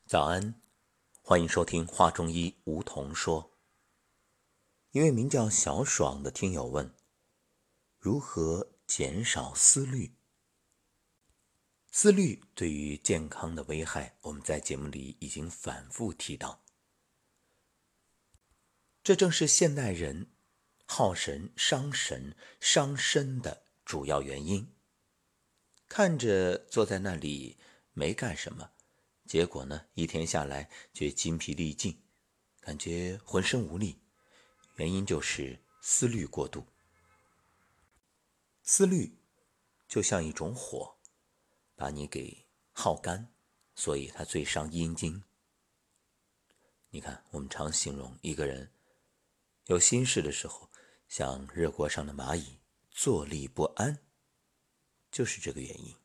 早安，欢迎收听话中医梧桐说。一位名叫小爽的听友问：如何减少思虑？思虑对于健康的危害，我们在节目里已经反复提到。这正是现代人耗神、伤神、伤身的主要原因。看着坐在那里没干什么，结果呢，一天下来却筋疲力尽，感觉浑身无力，原因就是思虑过度。思虑就像一种火，把你给耗干，所以它最伤阴经。你看，我们常形容一个人有心事的时候，像热锅上的蚂蚁，坐立不安，就是这个原因。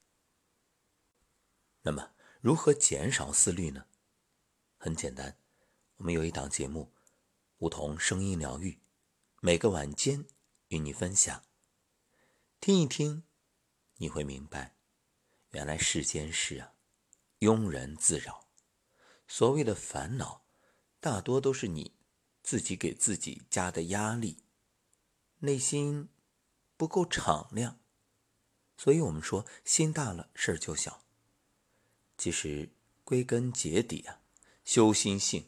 那么，如何减少思虑呢？很简单，我们有一档节目梧桐声音疗愈，每个晚间与你分享，听一听，你会明白，原来世间事啊，庸人自扰。所谓的烦恼，大多都是你自己给自己加的压力，内心不够敞亮。所以我们说，心大了，事儿就小。其实归根结底啊，修心性。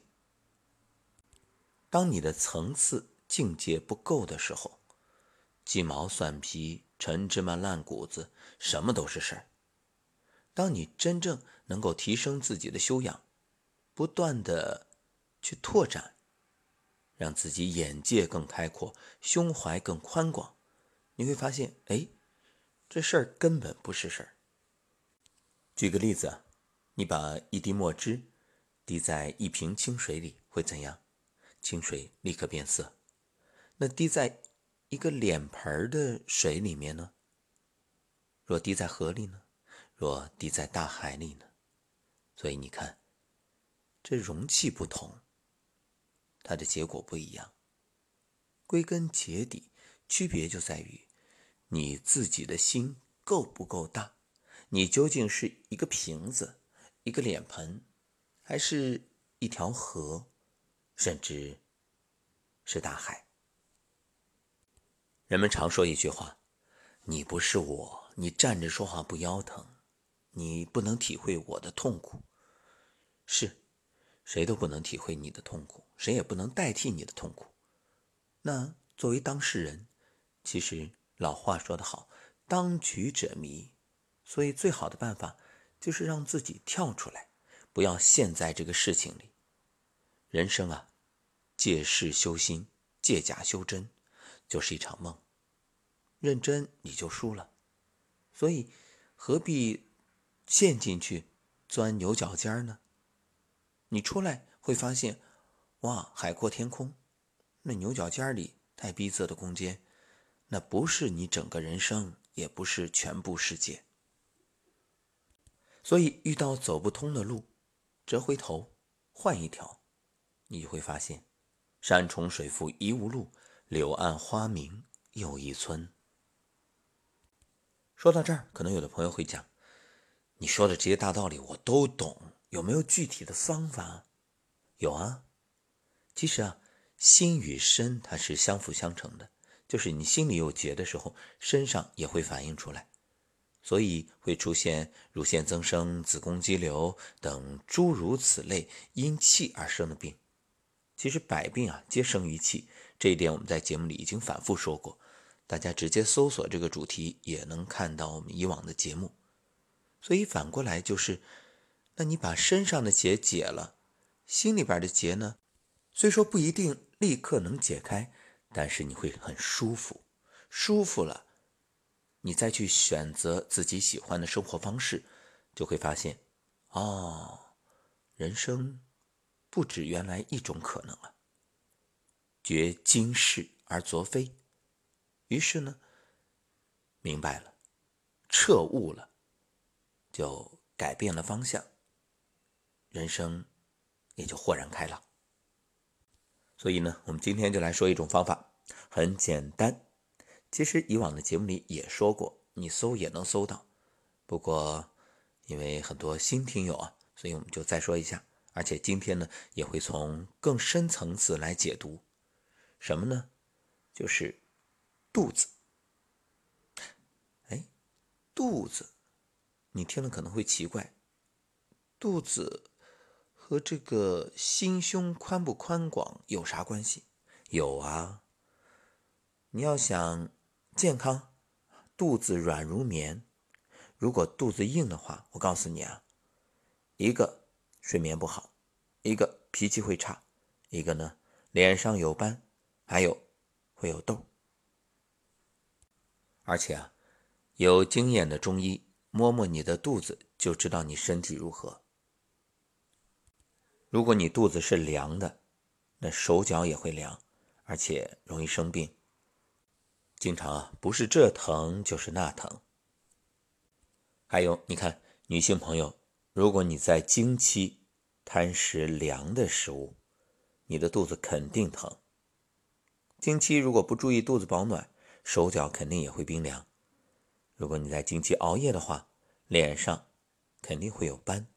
当你的层次境界不够的时候，鸡毛蒜皮、陈芝麻烂谷子，什么都是事儿。当你真正能够提升自己的修养，不断的去拓展，让自己眼界更开阔，胸怀更宽广，你会发现，这事儿根本不是事儿。举个例子啊，你把一滴墨汁滴在一瓶清水里，会怎样？清水立刻变色。那滴在一个脸盆的水里面呢？若滴在河里呢？若滴在大海里呢？所以你看，这容器不同，它的结果不一样。归根结底，区别就在于你自己的心够不够大，你究竟是一个瓶子、一个脸盆，还是一条河，甚至是大海。人们常说一句话，你不是我，你站着说话不腰疼，你不能体会我的痛苦。是，谁都不能体会你的痛苦，谁也不能代替你的痛苦。那作为当事人，其实老话说得好，当局者迷。所以最好的办法就是让自己跳出来，不要陷在这个事情里。人生啊，借势修心，借假修真，就是一场梦。认真你就输了，所以何必陷进去钻牛角尖呢？你出来会发现，哇，海阔天空。那牛角尖里太逼仄的空间，那不是你整个人生，也不是全部世界。所以遇到走不通的路，折回头换一条，你就会发现，山重水复疑无路，柳暗花明又一村。说到这儿，可能有的朋友会讲，你说的这些大道理我都懂，有没有具体的方法？有啊。其实啊，心与身它是相辅相成的，就是你心里有结的时候，身上也会反映出来，所以会出现乳腺增生、子宫肌瘤等诸如此类因气而生的病。其实百病啊皆生于气，这一点我们在节目里已经反复说过，大家直接搜索这个主题也能看到我们以往的节目。所以反过来就是，那你把身上的结解了，心里边的结呢，虽说不一定立刻能解开，但是你会很舒服。舒服了，你再去选择自己喜欢的生活方式，就会发现，人生不止原来一种可能了。觉今是而昨非，于是呢，明白了，彻悟了，就改变了方向，人生也就豁然开朗。所以呢，我们今天就来说一种方法，很简单。其实以往的节目里也说过，你搜也能搜到。不过因为很多新听友啊， 所以我们就再说一下，而且今天呢也会从更深层次来解读。什么呢？就是肚子。肚子，你听了可能会奇怪，肚子和这个心胸宽不宽广有啥关系？有啊，你要想健康，肚子软如棉。如果肚子硬的话，我告诉你啊，一个睡眠不好，一个脾气会差，一个呢脸上有斑，还有会有痘。而且啊，有经验的中医摸摸你的肚子就知道你身体如何。如果你肚子是凉的，那手脚也会凉，而且容易生病。经常啊，不是这疼就是那疼。还有，你看女性朋友，如果你在经期贪食凉的食物，你的肚子肯定疼。经期如果不注意肚子保暖，手脚肯定也会冰凉。如果你在经期熬夜的话，脸上肯定会有斑。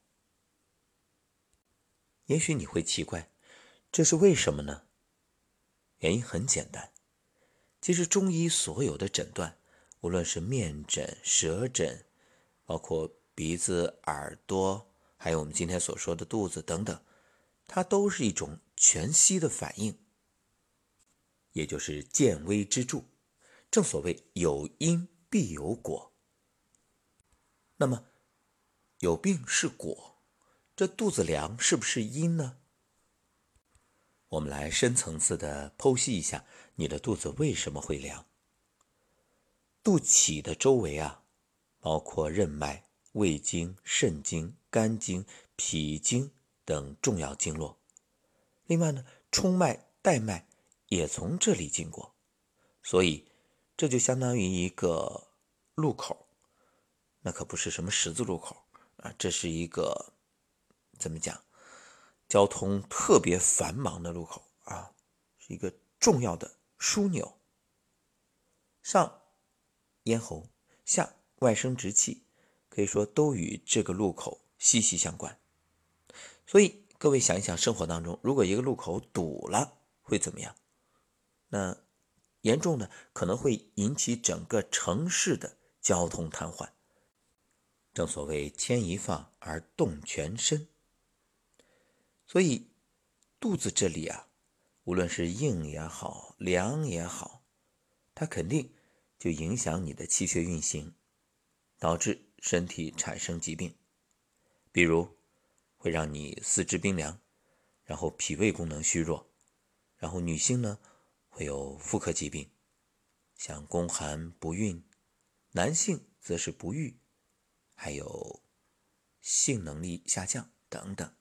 也许你会奇怪，这是为什么呢？原因很简单，其实中医所有的诊断，无论是面诊、舌诊，包括鼻子、耳朵，还有我们今天所说的肚子等等，它都是一种全息的反应，也就是见微知著。正所谓有因必有果。那么有病是果，这肚子凉是不是因呢？我们来深层次的剖析一下你的肚子为什么会凉。肚脐的周围啊，包括任脉、胃经、肾经、肝经、脾经等重要经络。另外呢，冲脉、带脉也从这里经过，所以这就相当于一个路口。那可不是什么十字路口啊，这是一个怎么讲？交通特别繁忙的路口啊，是一个重要的枢纽。上咽喉，下外生殖器，可以说都与这个路口息息相关。所以各位想一想，生活当中如果一个路口堵了会怎么样？那严重的可能会引起整个城市的交通瘫痪。正所谓牵一发而动全身。所以肚子这里啊，无论是硬也好，凉也好，它肯定就影响你的气血运行，导致身体产生疾病。比如会让你四肢冰凉，然后脾胃功能虚弱，然后女性呢会有妇科疾病，像宫寒不孕，男性则是不育，还有性能力下降等等。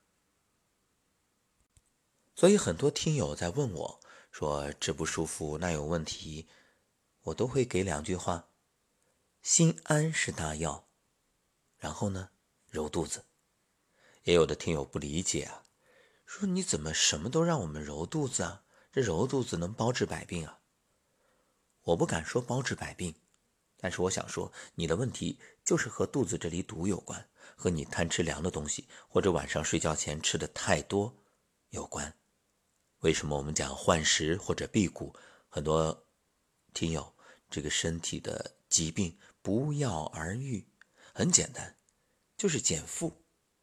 所以很多听友在问我说这不舒服那有问题，我都会给两句话：心安是大药，然后呢揉肚子。也有的听友不理解啊，说你怎么什么都让我们揉肚子啊？这揉肚子能包治百病啊？我不敢说包治百病，但是我想说你的问题就是和肚子这里堵有关，和你贪吃凉的东西或者晚上睡觉前吃的太多有关。为什么我们讲换食或者辟谷，很多听友这个身体的疾病不药而愈？很简单，就是减负。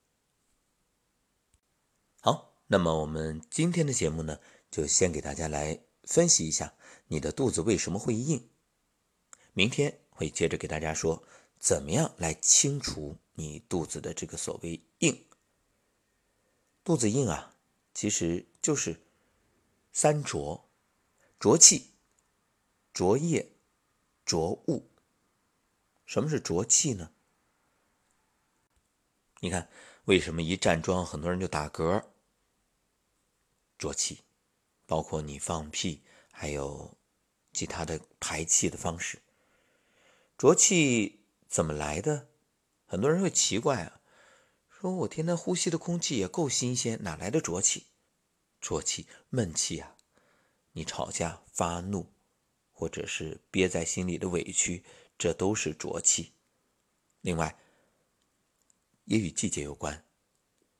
好，那么我们今天的节目呢，就先给大家来分析一下你的肚子为什么会硬。明天会接着给大家说怎么样来清除你肚子的这个所谓硬。肚子硬啊，其实就是三浊：浊气、浊液、浊物。什么是浊气呢？你看为什么一站桩很多人就打嗝？浊气，包括你放屁还有其他的排气的方式。浊气怎么来的？很多人会奇怪啊，说我天天呼吸的空气也够新鲜，哪来的浊气？浊气，闷气啊！你吵架发怒，或者是憋在心里的委屈，这都是浊气。另外也与季节有关，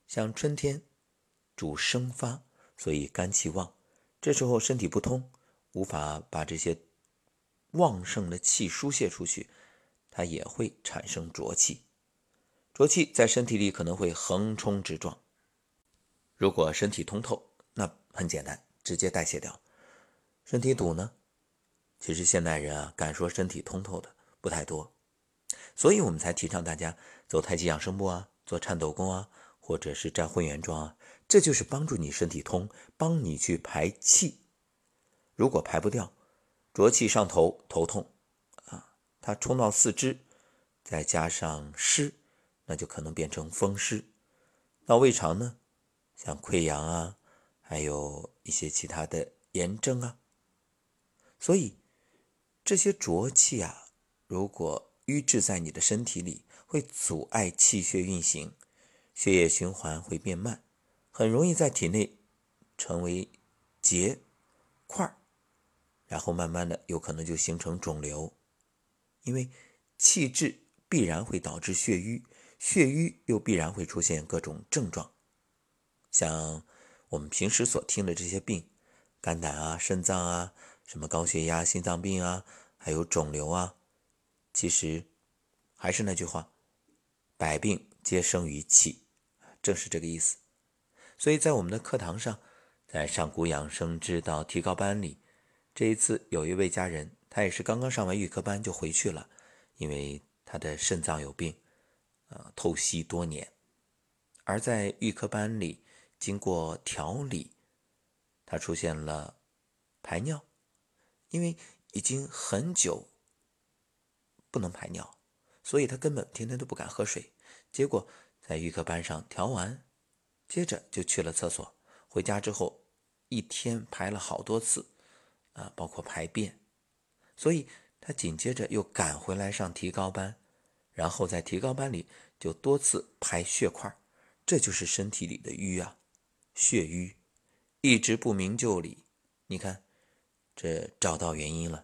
像春天主生发，所以肝气旺，这时候身体不通，无法把这些旺盛的气疏泄出去，它也会产生浊气。浊气在身体里可能会横冲直撞，如果身体通透，那很简单，直接代谢掉。身体堵呢，其实现代人敢说身体通透的不太多，所以我们才提倡大家走太极养生步做颤抖功或者是站混元桩这就是帮助你身体通，帮你去排气。如果排不掉，浊气上头，头痛它冲到四肢，再加上湿，那就可能变成风湿。到胃肠呢，像溃疡还有一些其他的炎症所以这些浊气如果淤滞在你的身体里，会阻碍气血运行，血液循环会变慢，很容易在体内成为结块，然后慢慢的有可能就形成肿瘤。因为气滞必然会导致血瘀，血瘀又必然会出现各种症状，像我们平时所听的这些病，肝胆肾脏什么高血压、心脏病还有肿瘤其实还是那句话，百病皆生于气，正是这个意思。所以在我们的课堂上，在上古养生之道提高班里，这一次有一位家人，他也是刚刚上完预科班就回去了，因为他的肾脏有病透析多年。而在预科班里经过调理，他出现了排尿，因为已经很久不能排尿，所以他根本天天都不敢喝水。结果在预科班上调完，接着就去了厕所，回家之后一天排了好多次包括排便。所以他紧接着又赶回来上提高班，然后在提高班里就多次排血块，这就是身体里的瘀血瘀，一直不明就里，你看这找到原因了。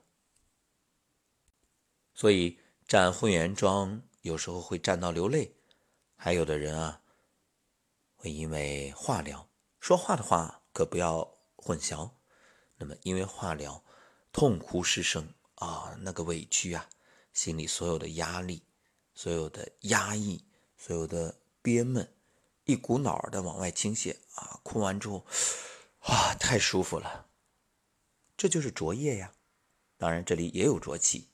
所以站混元桩有时候会站到流泪，还有的人会因为化疗，说话的话可不要混淆。那么因为化疗痛哭失声那个委屈心里所有的压力，所有的压抑，所有的憋闷，一股脑的往外倾泻哭完之后太舒服了，这就是浊液当然这里也有浊气。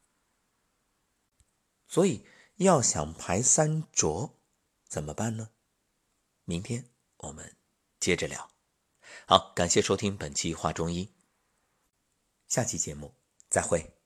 所以要想排三浊怎么办呢？明天我们接着聊。好，感谢收听本期话中医，下期节目再会。